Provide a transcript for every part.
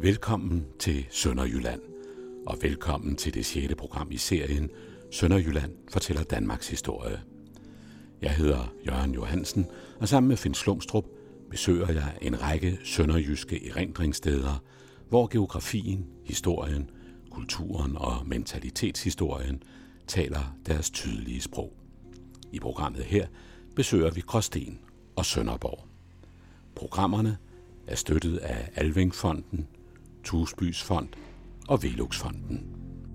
Velkommen til Sønderjylland, og velkommen til det 6. program i serien Sønderjylland fortæller Danmarks historie. Jeg hedder Jørgen Johansen, og sammen med Finn Slumstrup besøger jeg en række sønderjyske erindringssteder, hvor geografien, historien, kulturen og mentalitetshistorien taler deres tydelige sprog. I programmet her besøger vi Gråsten og Sønderborg. Programmerne er støttet af Alving-fonden, Tusbys Fond og Velux-fonden.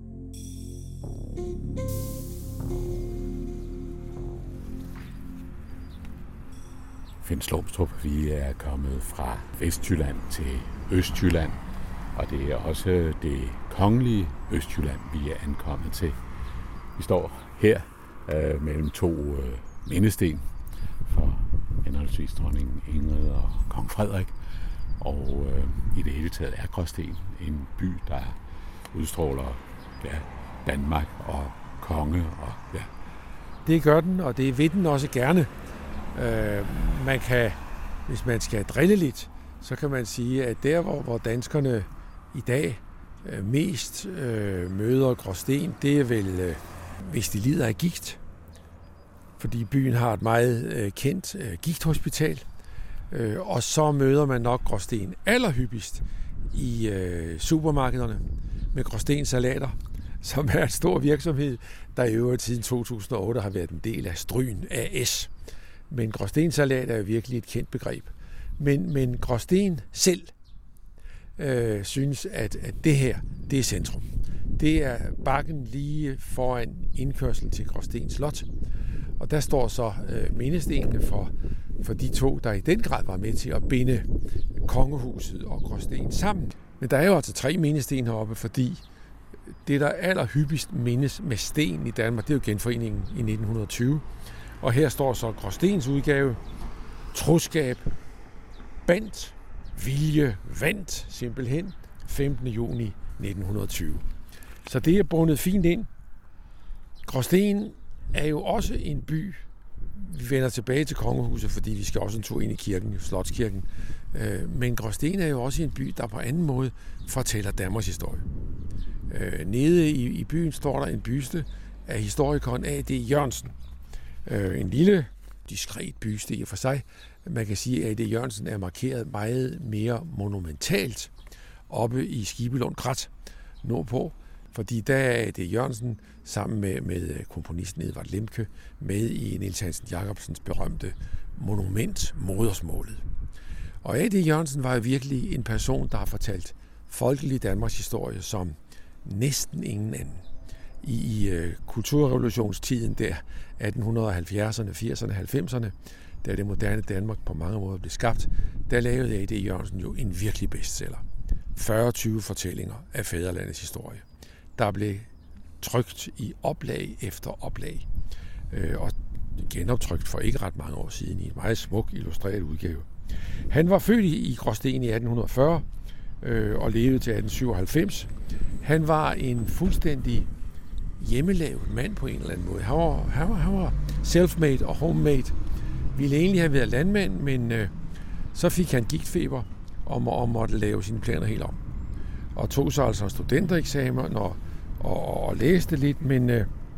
Finn Slumstrup, vi er kommet fra Vestjylland til Østjylland, og det er også det kongelige Østjylland, vi er ankommet til. Vi står her mellem to mindesten for henholdsvis dronning Ingrid og kong Frederik, og i det hele taget er Gråsten en by, der udstråler Danmark og konge. Og, ja. Det gør den, og det vil den også gerne. Man kan, hvis man skal drille lidt, så kan man sige, at der, hvor danskerne i dag mest møder Gråsten, det er vel, hvis de lider af gigt. Fordi byen har et meget kendt gigthospital, og så møder man nok Gråsten allerhyppigst i supermarkederne med Gråsten Salater, som er en stor virksomhed, der i øvrigt siden 2008 har været en del af Stryn AS. Men Gråsten Salat er jo virkelig et kendt begreb. Men Gråsten selv synes, at det her, det er centrum. Det er bakken lige foran indkørsel til Gråsten Slot. Og der står så mindestenene for de to, der i den grad var med til at binde kongehuset og Gråsten sammen. Men der er jo altså 3 mindesten heroppe, fordi det, der allerhyppigst mindes med sten i Danmark, det er jo genforeningen i 1920. Og her står så Gråstens udgave, troskab, bandt, vilje, vandt simpelthen 15. juni 1920. Så det er bundet fint ind. Gråsten er jo også en by. Vi vender tilbage til kongehuset, fordi vi skal også en tur ind i kirken, Slotskirken. Men Gråsten er jo også en by, der på anden måde fortæller Danmarks historie. Nede i byen står der en byste af historikeren A.D. Jørgensen. En lille, diskret byste i og for sig. Man kan sige, at A.D. Jørgensen er markeret meget mere monumentalt oppe i Skibelund Krat nordpå, fordi der er A.D. Jørgensen sammen med komponisten Edvard Lemke med i Niels Hansen Jacobsens berømte monument Modersmålet. Og A.D. Jørgensen var jo virkelig en person, der har fortalt folkelig Danmarks historie som næsten ingen anden. I kulturrevolutionstiden der, 1870'erne, 80'erne, 90'erne, da det moderne Danmark på mange måder blev skabt, der lavede A.D. Jørgensen jo en virkelig bestseller. 40-20 fortællinger af fædrelandets historie. Der blev trykt i oplag efter oplag, og genoptrykt for ikke ret mange år siden i en meget smuk illustreret udgave. Han var født i Gråsten i 1840 og levede til 1897. Han var en fuldstændig hjemmelavet mand på en eller anden måde. Han var self-made og homemade. Ville egentlig have været landmand, men så fik han gigtfeber og måtte lave sine planer helt om. Og tog så altså studentereksamen og læste lidt, men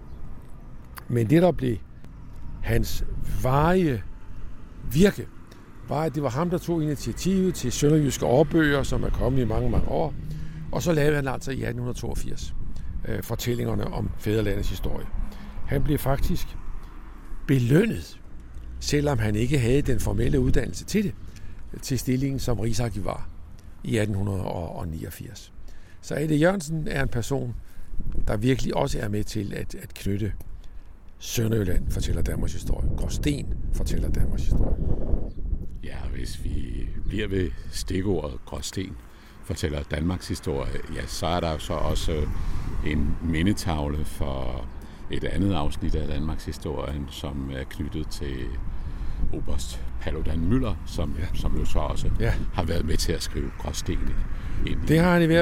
det der blev hans varige virke, var, at det var ham, der tog initiativet til sønderjyske årbøger, som er kommet i mange, mange år. Og så lavede han altså i 1882 fortællingerne om fædrelandets historie. Han blev faktisk belønnet, selvom han ikke havde den formelle uddannelse til det, til stillingen som rigsarkivar i 1889. Så A.D. Jørgensen er en person, der virkelig også er med til at knytte Sønderjylland fortæller Danmarks historie. Gråsten fortæller Danmarks historie. Ja, hvis vi bliver ved stikordet Gråsten fortæller Danmarks historie, ja, så er der så også en mindetavle for et andet afsnit af Danmarks historien, som er knyttet til oberst Paludan Müller, som jo så også har været med til at skrive Gråsten ind. Det har han i hvert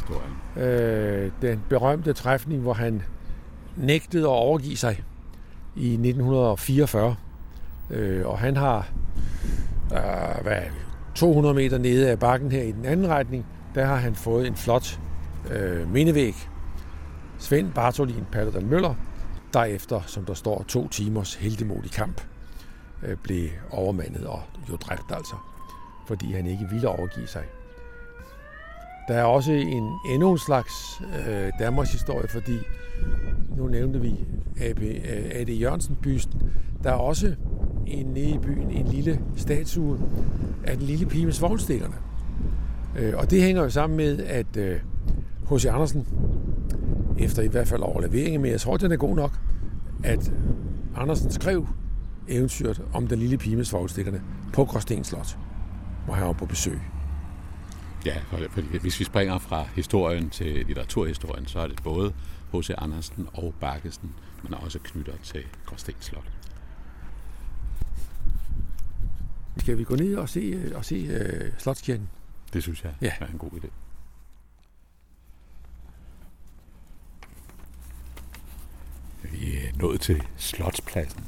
fald. Den berømte træfning, hvor han nægtede at overgive sig i 1944. Og han har 200 meter nede af bakken her i den anden retning, der har han fået en flot mindevæg. Svend Bartholin Paludan Møller, der efter, som der står, 2 timers heltemodig kamp, blev overmandet og jo dræbt altså, fordi han ikke ville overgive sig. Der er også endnu en slags Danmarks historie, fordi nu nævnte vi A.D. Jørgensen-bysten. Der er også nede i byen en lille statue af den lille pige med svovlstikkerne. Og det hænger jo sammen med, at H.C. Andersen, efter i hvert fald overleveringen, men jeg tror, den er god nok, at Andersen skrev eventyret om den lille pige med svovlstikkerne på Gråsten Slot, hvor han var på besøg. Ja, fordi hvis vi springer fra historien til litteraturhistorien, så er det både H.C. Andersen og Baggesen, man også knytter til Gråsten Slot. Skal vi gå ned og se Slotskirken? Det synes jeg er en god idé. Vi er nået til Slotspladsen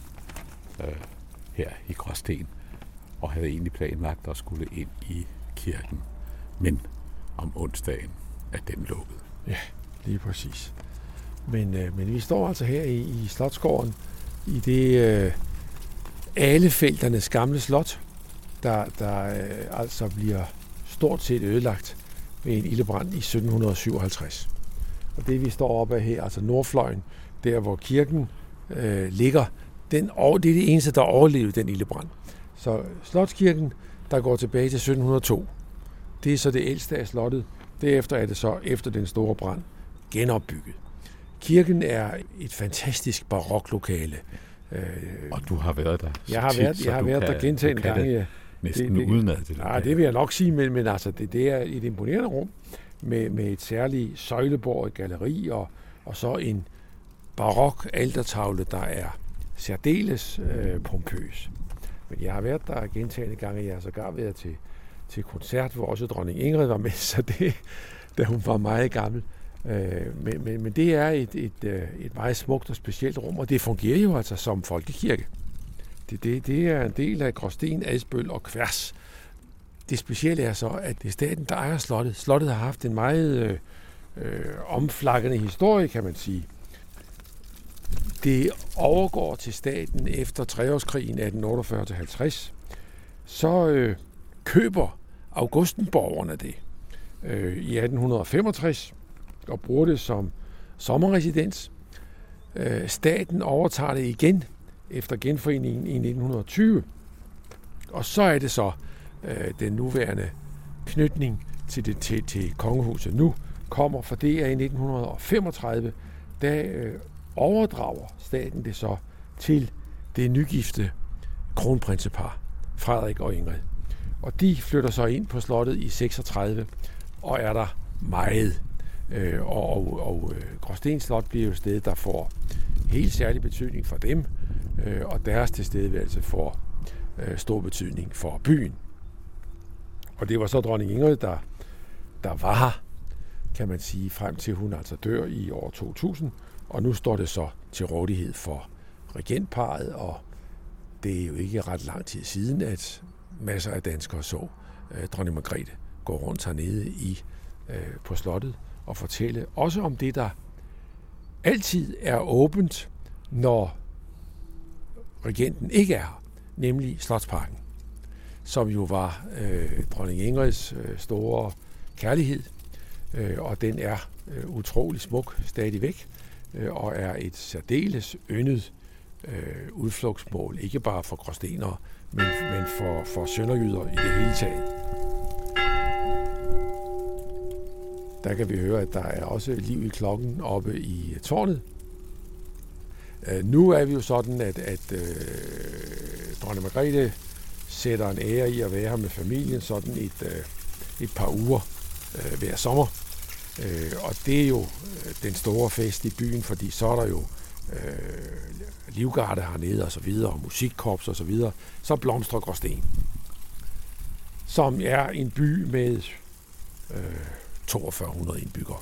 her i Gråsten, og havde egentlig planlagt at skulle ind i kirken. Men om onsdagen er den lukket. Ja, lige præcis. Men vi står altså her i Slotsgården, i det Ahlefeldernes gamle slot, der altså bliver stort set ødelagt ved en ildebrand i 1757. Og det vi står oppe af her, altså nordfløjen, der hvor kirken ligger, det er det eneste, der overlevede den ildebrand. Så Slotskirken, der går tilbage til 1702, det er så det ældste af slottet. Derefter er det så efter den store brand genopbygget. Kirken er et fantastisk baroklokale. Og du har været der. Jeg har været der gentagne gange. Næsten udenad til det. Nej, det vil jeg nok sige, men altså, det er et imponerende rum med et særligt søjlebåret galleri og så en barok altertavle, der er særdeles pompøs. Men jeg har været der gentagne gange. Jeg har sågar været til koncert, hvor også dronning Ingrid var med, så da hun var meget gammel. Men det er et meget smukt og specielt rum, og det fungerer jo altså som folkekirke. Det er en del af Gråsten, Adsbøl og Kværs. Det specielle er så, at det er staten, der ejer slottet. Slottet har haft en meget omflakkende historie, kan man sige. Det overgår til staten efter treårskrigen 1848-50. Så køber augustenborgerne det i 1865 og bruger det som sommerresidens. Staten overtager det igen efter genforeningen i 1920. Og så er det så den nuværende knytning til kongehuset nu kommer, for det er i 1935, der overdrager staten det så til det nygifte kronprinsepar, Frederik og Ingrid. Og de flytter så ind på slottet i 36 og er der meget. Og Gråsten Slot bliver jo et sted, der får helt særlig betydning for dem, og deres tilstedeværelse får stor betydning for byen. Og det var så dronning Ingrid, der var her, kan man sige, frem til hun altså dør i år 2000, og nu står det så til rådighed for regentparret, og det er jo ikke ret lang tid siden, at masser af danskere så dronning Margrethe gå rundt hernede på slottet og fortælle også om det, der altid er åbent, når regenten ikke er her, nemlig Slotsparken, som jo var dronning Ingrids store kærlighed, og den er utrolig smuk stadigvæk, og er et særdeles yndet udflugtsmål, ikke bare for gråstenere, men for sønderjyder i det hele taget. Der kan vi høre, at der er også liv i klokken oppe i tårnet. Nu er vi jo sådan, at dronning Margrethe sætter en ære i at være her med familien sådan et par uger hver sommer. Og det er jo den store fest i byen, fordi så er der jo livgarde hernede og så videre, og musikkorps og så videre. Så blomstrer Gråsten, som er en by med 4200 indbyggere.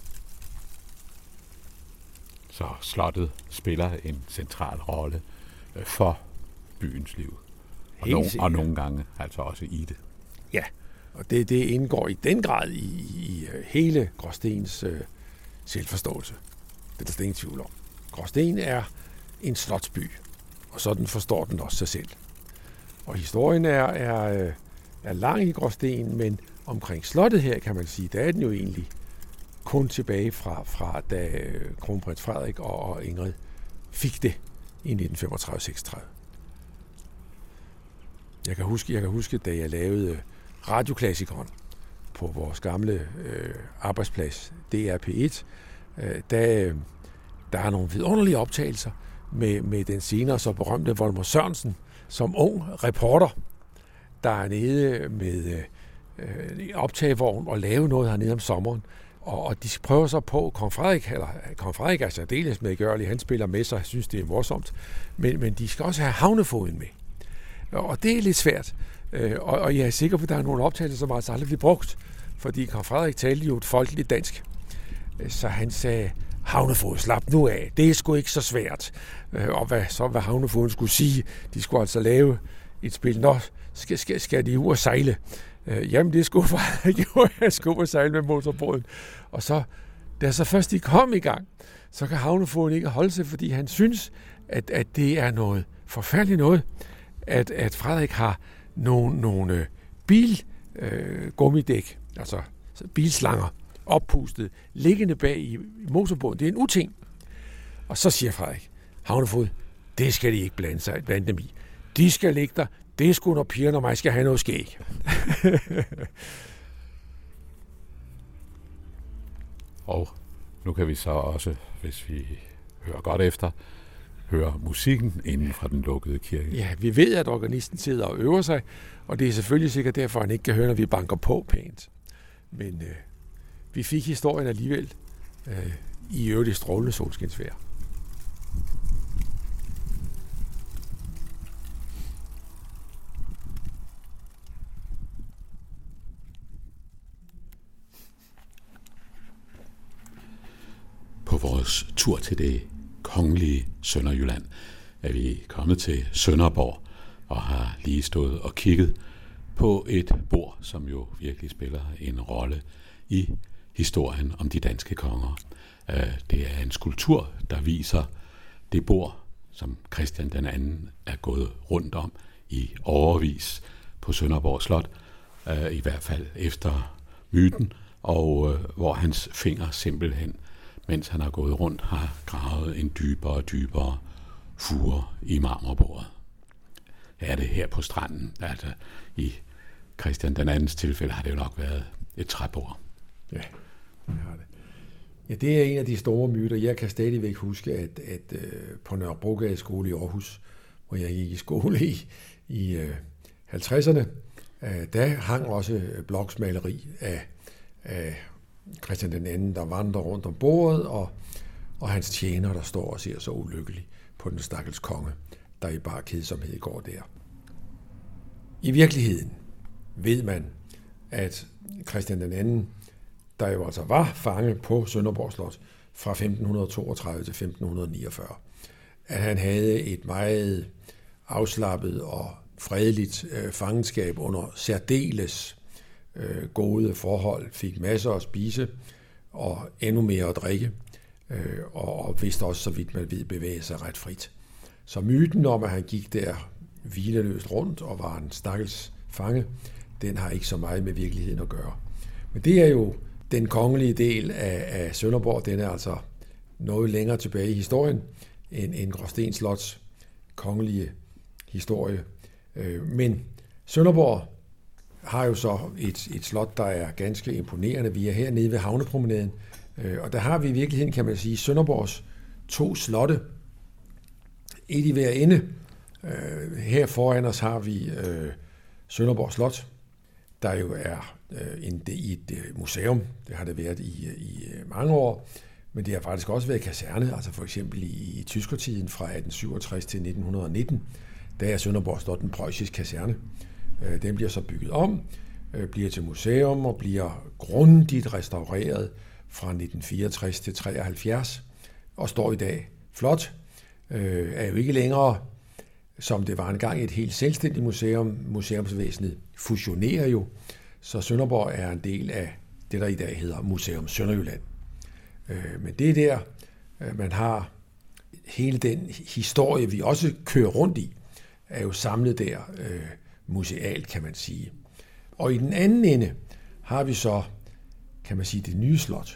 Så slottet spiller en central rolle for byens liv. Og nogle gange altså også i det. Ja, Og det indgår i den grad i hele Gråstens selvforståelse. Det er der slet ingen tvivl om. Gråsten er en slotsby, og sådan forstår den også sig selv. Og historien er lang i Gråsten, men omkring slottet her, kan man sige, der er den jo egentlig kun tilbage fra da kronprins Frederik og Ingrid fik det i 1935-36. Jeg kan huske, da jeg lavede Radioklassikeren på vores gamle arbejdsplads, DRP1, der er nogle vidunderlige optagelser med den senere så berømte Volmer Sørensen som ung reporter, der er nede med optagevogn og lave noget hernede om sommeren. Og de prøver så på, Kong Frederik er særdeles medgørlig, han spiller med sig, synes det er morsomt, men de skal også have havnefoden med. Og det er lidt svært, og jeg er sikker på, at der er nogle optagelser, som altså aldrig bliver brugt, fordi Kong Frederik talte jo et folkeligt dansk. Så han sagde, havnefod, slap nu af, det er sgu ikke så svært. Og hvad havnefoden skulle sige, de skulle altså lave et spil, nå, skal de ud og sejle? Jamen, det skulle jeg skulle og sejle med motorbåden. Og så, da så først de kom i gang, så kan havnefoden ikke holde sig, fordi han synes, at det er noget forfærdeligt noget, at Frederik har nogle gummidæk, altså bilslanger, oppustet, liggende bag i motorbåden. Det er en uting. Og så siger Frederik, havnefod, det skal de ikke blande dem i. De skal ligge der. Det er sgu, når pigerne og mig skal have noget skæg. Og nu kan vi så også, hvis vi hører godt efter, høre musikken inden fra den lukkede kirke. Ja, vi ved, at organisten sidder og øver sig, og det er selvfølgelig sikkert derfor, han ikke kan høre, når vi banker på pænt. Men vi fik historien alligevel i øvrigt i strålende solskinsvejr. På vores tur til det kongelige Sønderjylland er vi kommet til Sønderborg og har lige stået og kigget på et bord, som jo virkelig spiller en rolle i historien om de danske konger. Det er en skulptur, der viser det bord, som Christian den anden er gået rundt om i årevis på Sønderborg Slot, i hvert fald efter myten, og hvor hans finger simpelthen, mens han har gået rundt, har gravet en dybere og dybere fure i marmorbordet. Er det her på stranden? Altså, i Christian den andens tilfælde har det jo nok været et træbord. Ja, det har det. Ja, det er en af de store myter. Jeg kan stadigvæk huske, at på Nørrebrogade skole i Aarhus, hvor jeg gik i skole i 50'erne, der hang også bloksmaleri af Christian den anden, der vandrer rundt om bordet, og hans tjener, der står og ser så ulykkelig på den stakkels konge, der i bare kedsomhed går der. I virkeligheden ved man, at Christian den anden, der jo altså var fange på Sønderborg Slot fra 1532 til 1549, at han havde et meget afslappet og fredeligt fangenskab under særdeles gode forhold, fik masser at spise og endnu mere at drikke, og vidste også, så vidt man ved, bevæge sig ret frit. Så myten om, at han gik der hvileløst rundt og var en stakkels fange, den har ikke så meget med virkeligheden at gøre. Men det er jo den kongelige del af Sønderborg, den er altså noget længere tilbage i historien end Gråsten Slots kongelige historie. Men Sønderborg har jo så et slot, der er ganske imponerende. Vi er hernede ved Havnepromenaden, og der har vi i virkeligheden, kan man sige, Sønderborgs 2 slotte. Et i hver ende. Her foran os har vi Sønderborg Slot, der jo er et museum. Det har det været i mange år, men det har faktisk også været kaserne, altså for eksempel i tyskertiden fra 1867 til 1919. Der er Sønderborg Slot en preussisk kaserne. Den bliver så bygget om, bliver til museum og bliver grundigt restaureret fra 1964 til 73 og står i dag flot. Er jo ikke længere, som det var engang, et helt selvstændigt museum. Museumsvæsenet fusionerer jo, Så Sønderborg er en del af det, der i dag hedder Museum Sønderjylland. Men det er der, man har hele den historie, vi også kører rundt i, er jo samlet der musealt, kan man sige. Og i den anden ende har vi så, kan man sige, det nye slot.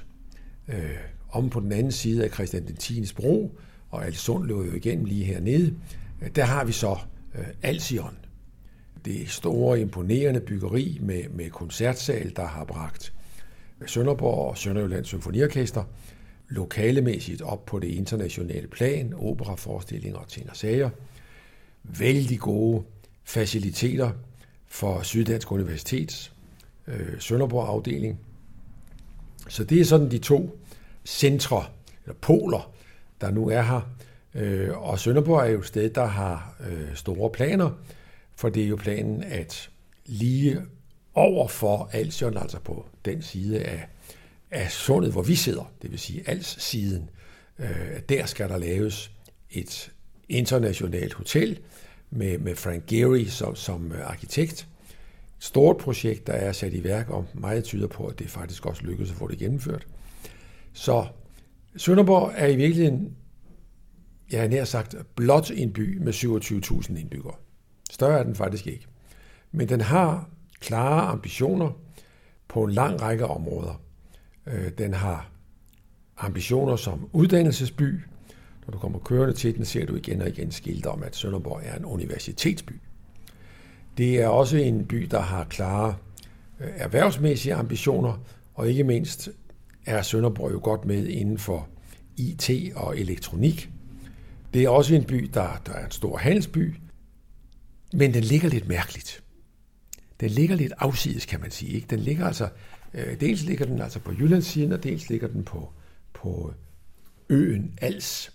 Om på den anden side af Christian den 10. bro, og Alssund løber jo igennem lige hernede, der har vi så Alsion. Det store, imponerende byggeri med koncertsal, der har bragt Sønderborg og Sønderjyllands Symfoniorkester lokalemæssigt op på det internationale plan, operaforestillinger og ting og sager. Vældig gode faciliteter for Syddansk Universitets Sønderborg-afdeling. Så det er sådan de to centre, eller poler, der nu er her. Og Sønderborg er jo et sted, der har store planer, for det er jo planen, at lige over for Alsion, altså på den side af sundet, hvor vi sidder, det vil sige Als-siden, der skal der laves et internationalt hotel med Frank Gehry som arkitekt. Et stort projekt, der er sat i værk, og meget tyder på, at det faktisk også lykkedes at få det gennemført. Så Sønderborg er i virkeligheden, jeg har nær sagt, blot en by med 27.000 indbyggere. Større er den faktisk ikke. Men den har klare ambitioner på en lang række områder. Den har ambitioner som uddannelsesby. Når du kommer kørende til den, ser du igen og igen skilte om, at Sønderborg er en universitetsby. Det er også en by, der har klare erhvervsmæssige ambitioner, og ikke mindst er Sønderborg jo godt med inden for IT og elektronik. Det er også en by, der er en stor handelsby, men den ligger lidt mærkeligt. Den ligger lidt afsides, kan man sige. Ikke? Den ligger altså, dels ligger den altså på Jyllandssiden, og dels ligger den på øen Als,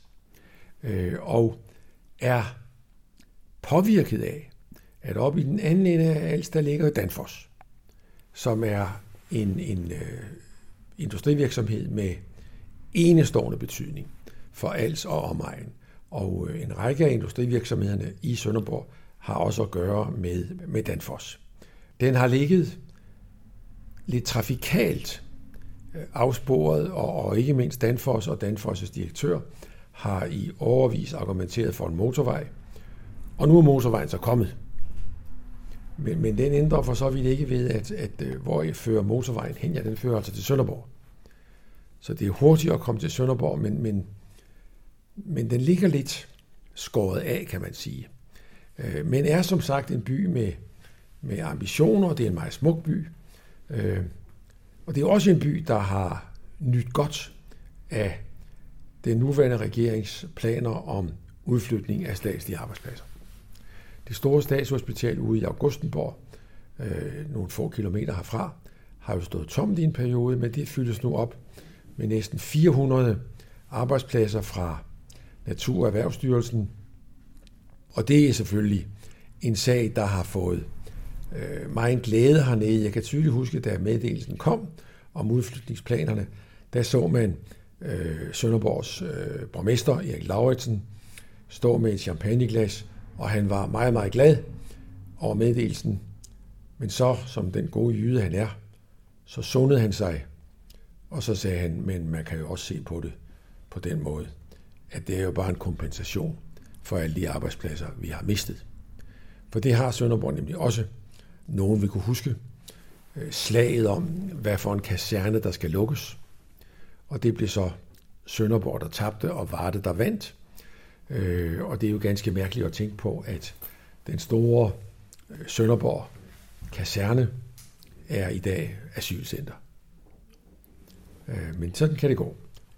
og er påvirket af, at oppe i den anden ende af Als, der ligger Danfoss, som er en industrivirksomhed med enestående betydning for Als og omegn. Og en række af industrivirksomhederne i Sønderborg har også at gøre med Danfoss. Den har ligget lidt trafikalt afsporet, og ikke mindst Danfoss og Danfoss' direktør har i årevis argumenteret for en motorvej, og nu er motorvejen så kommet. Men den ændrer for så vidt ikke ved, at hvor jeg fører motorvejen hen, ja, den fører altså til Sønderborg. Så det er hurtigt at komme til Sønderborg, men den ligger lidt skåret af, kan man sige. Men er som sagt en by med ambitioner, det er en meget smuk by. Og det er også en by, der har nydt godt af den nuværende regerings planer om udflytning af statslige arbejdspladser. Det store statshospital ude i Augustenborg, nogle få kilometer herfra, har jo stået tomt i en periode, men det fyldes nu op med næsten 400 arbejdspladser fra Natur- og Erhvervsstyrelsen. Og det er selvfølgelig en sag, der har fået meget glæde hernede. Jeg kan tydeligt huske, da meddelelsen kom om udflytningsplanerne, der så man Sønderborgs borgmester Erik Lauritsen stå med et champagneglas, og han var meget, meget glad over meddelelsen. Men så, som den gode jyde han er, så sundede han sig, og så sagde han, men man kan jo også se på det på den måde, at det er jo bare en kompensation for alle de arbejdspladser, vi har mistet. For det har Sønderborg nemlig også. Nogen vil kunne huske slaget om, hvad for en kaserne, der skal lukkes. Og det blev så Sønderborg, der tabte, og Varde, der vandt. Og det er jo ganske mærkeligt at tænke på, at den store Sønderborg kaserne er i dag asylcenter. Men sådan kan det gå.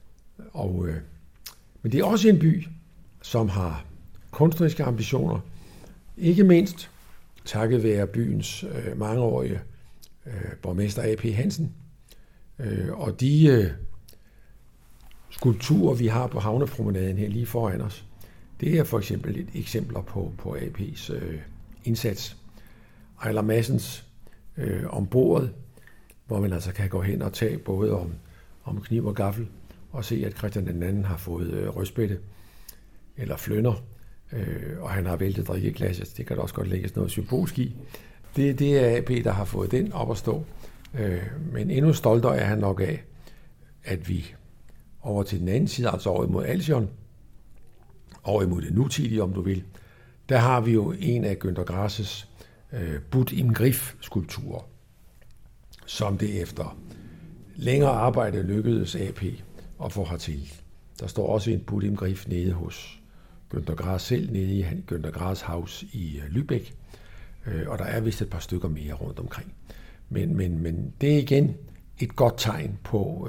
Men det er også en by, som har kunstneriske ambitioner, ikke mindst takket være byens mangeårige borgmester A.P. Hansen. Og de skulpturer, vi har på havnepromenaden her lige foran os, det er for eksempel et eksempler på A.P.'s indsats. Ejler Madsens om bordet, hvor man altså kan gå hen og tage både om kniv og gaffel, og se, at Christian den anden har fået rødspætte eller flønder, og han har væltet drikkeglas. Det kan der også godt lægges noget symbolsk i. Det er AP, der har fået den op at stå. Men endnu stoltere er han nok af, at vi over til den anden side, altså over imod Alsion, over imod det nutidige, om du vil, der har vi jo en af Günter Grazes Budt im Griff-skulpturer, som det efter længere arbejde lykkedes AP at få hertil. Der står også en Budt im Griff nede hos Günter Grass selv, nede i Günter Grass House i Lübeck, og der er vist et par stykker mere rundt omkring. Men det er igen et godt tegn på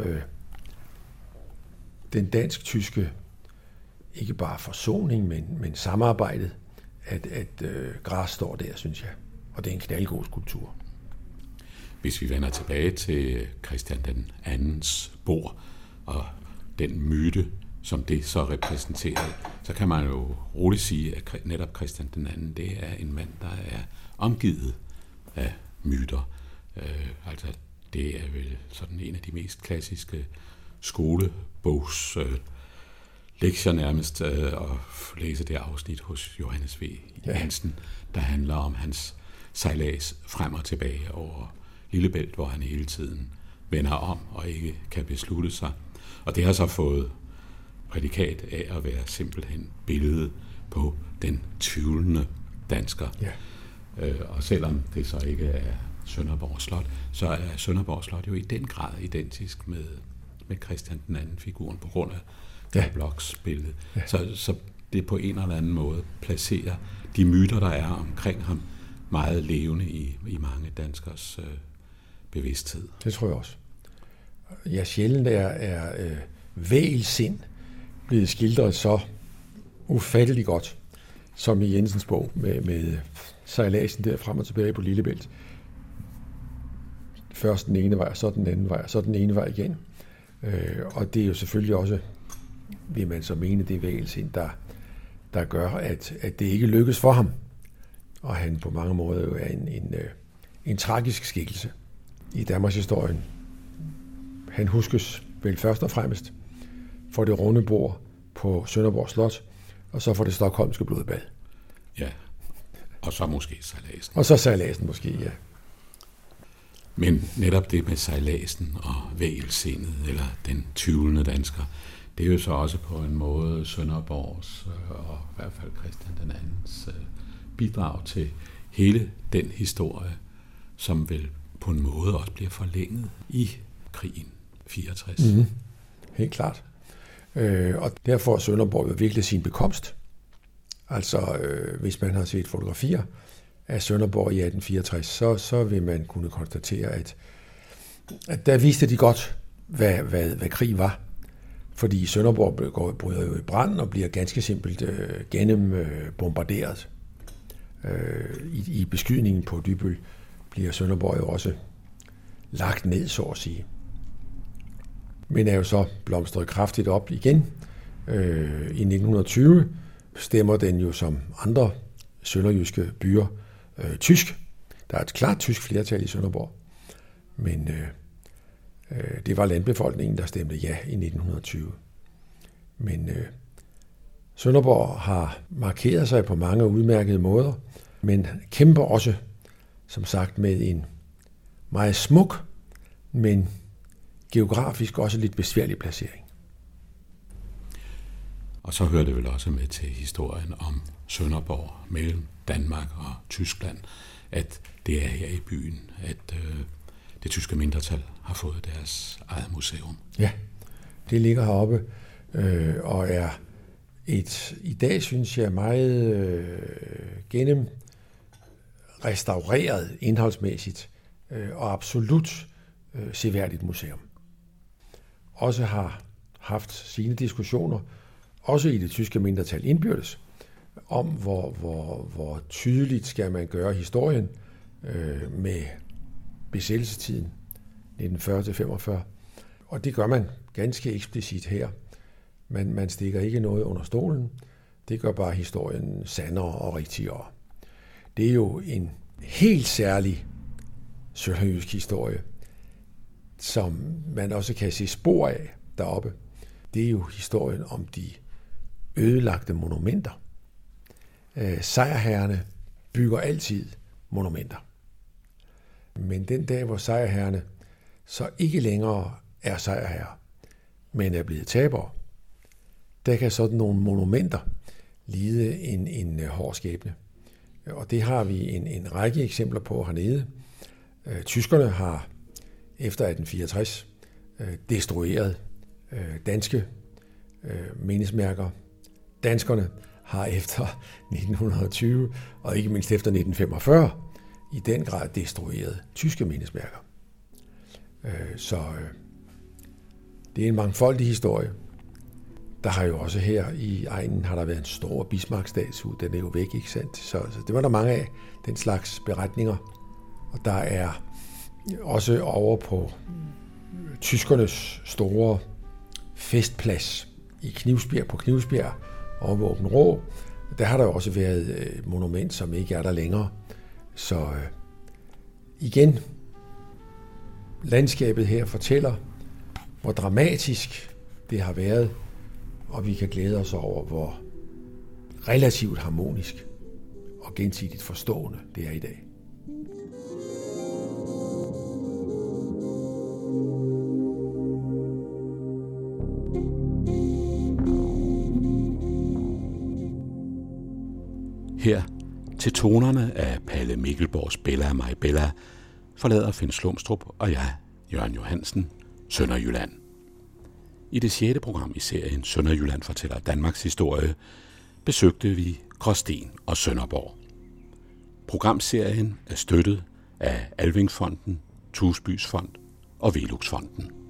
den dansk-tyske, ikke bare forsoning, men samarbejdet, at Grass står der, synes jeg. Og det er en knaldgod skulptur. Hvis vi vender tilbage til Christian den andens bord, og den myte, som det så repræsenterede, så kan man jo roligt sige, at netop Christian den anden, det er en mand, der er omgivet af myter. Altså, det er vel sådan en af de mest klassiske skolebogs lektier nærmest at læse det afsnit hos Johannes V. Jensen, der handler om hans sejlads frem og tilbage over Lillebælt, hvor han hele tiden vender om og ikke kan beslutte sig. Og det har så fået prædikat af at være simpelthen billedet på den tvivlende dansker. Ja. Og selvom det så ikke er Sønderborg Slot, så er Sønderborg Slot jo i den grad identisk med Christian den anden figuren på grund af Bloks billede. Ja. Så det på en eller anden måde placerer de myter, der er omkring ham, meget levende i mange danskers bevidsthed. Det tror jeg også. Ja, sjældent er vægelsind blevet skildret så ufatteligt godt, som i Jensens bog med sejladsen der frem og tilbage på Lillebælt. Først den ene vej, så den anden vej, så den ene vej igen. Og det er jo selvfølgelig også, vil man så mene, det vægelsind, der gør, at det ikke lykkes for ham. Og han på mange måder jo er en tragisk skikkelse i Danmarks historien. Han huskes vel først og fremmest for det runde bord på Sønderborg Slot, og så for det stockholmske blodbad. Ja, og så måske sejladsen. Og så sejladsen måske, ja. Men netop det med sejladsen og vægelsindet, eller den tvivlende dansker, det er jo så også på en måde Sønderborgs, og i hvert fald Christian den andens bidrag til hele den historie, som vel på en måde også bliver forlænget i krigen 64. Mm-hmm. Helt klart. Og derfor er Sønderborg jo virkelig sin bekomst. Altså, hvis man har set fotografier af Sønderborg i 1864, så vil man kunne konstatere, at der viste de godt, hvad krig var. Fordi Sønderborg bryder jo i brand og bliver ganske simpelt bombarderet. I beskydningen på Dybbøl bliver Sønderborg jo også lagt ned, så at sige. Men er jo så blomstret kraftigt op igen. I 1920 stemmer den jo som andre sønderjyske byer tysk. Der er et klart tysk flertal i Sønderborg. Men det var landbefolkningen, der stemte ja i 1920. Men Sønderborg har markeret sig på mange udmærkede måder, men kæmper også, som sagt, med en meget smuk, men geografisk også lidt besværlig placering. Og så hører det vel også med til historien om Sønderborg mellem Danmark og Tyskland, at det er her i byen, at det tyske mindretal har fået deres eget museum. Ja, det ligger heroppe og er i dag, synes jeg, meget gennemrestaureret indholdsmæssigt og absolut seværdigt museum. Også har haft sine diskussioner, også i det tyske mindretal indbyrdes, om hvor tydeligt skal man gøre historien med besættelsestiden 1940-45. Og det gør man ganske eksplicit her. Man stikker ikke noget under stolen. Det gør bare historien sandere og rigtigere. Det er jo en helt særlig sønderjysk historie, som man også kan se spor af deroppe. Det er jo historien om de ødelagte monumenter. Sejrherrerne bygger altid monumenter. Men den dag, hvor sejrherrerne så ikke længere er sejrherrer, men er blevet tabere, der kan sådan nogle monumenter lide en hård skæbne. Og det har vi en række eksempler på hernede. Tyskerne har efter 1864 destrueret danske mindesmærker. Danskerne har efter 1920 og ikke mindst efter 1945 i den grad destrueret tyske mindesmærker. Så det er en mangfoldig historie. Der har jo også her i egnen har der været en stor Bismarck-statue. Den er jo væk, ikke sandt? Så det var der mange af, den slags beretninger. Og der er også over på tyskernes store festplads i Knivsbjerg, på Knivsbjerg over ved Åben Rå. Der har der også været et monument, som ikke er der længere. Så igen, landskabet her fortæller, hvor dramatisk det har været, og vi kan glæde os over, hvor relativt harmonisk og gensidigt forstående det er i dag. Her til tonerne af Palle Mikkelborgs Bella mig Bella forlader Finn Slumstrup og jeg, Jørgen Johansen, Sønderjylland. I det 6. program i serien Sønderjylland fortæller Danmarks historie besøgte vi Gråsten og Sønderborg. Programserien er støttet af Alvingfonden, Tusbys Fond og Veluxfonden.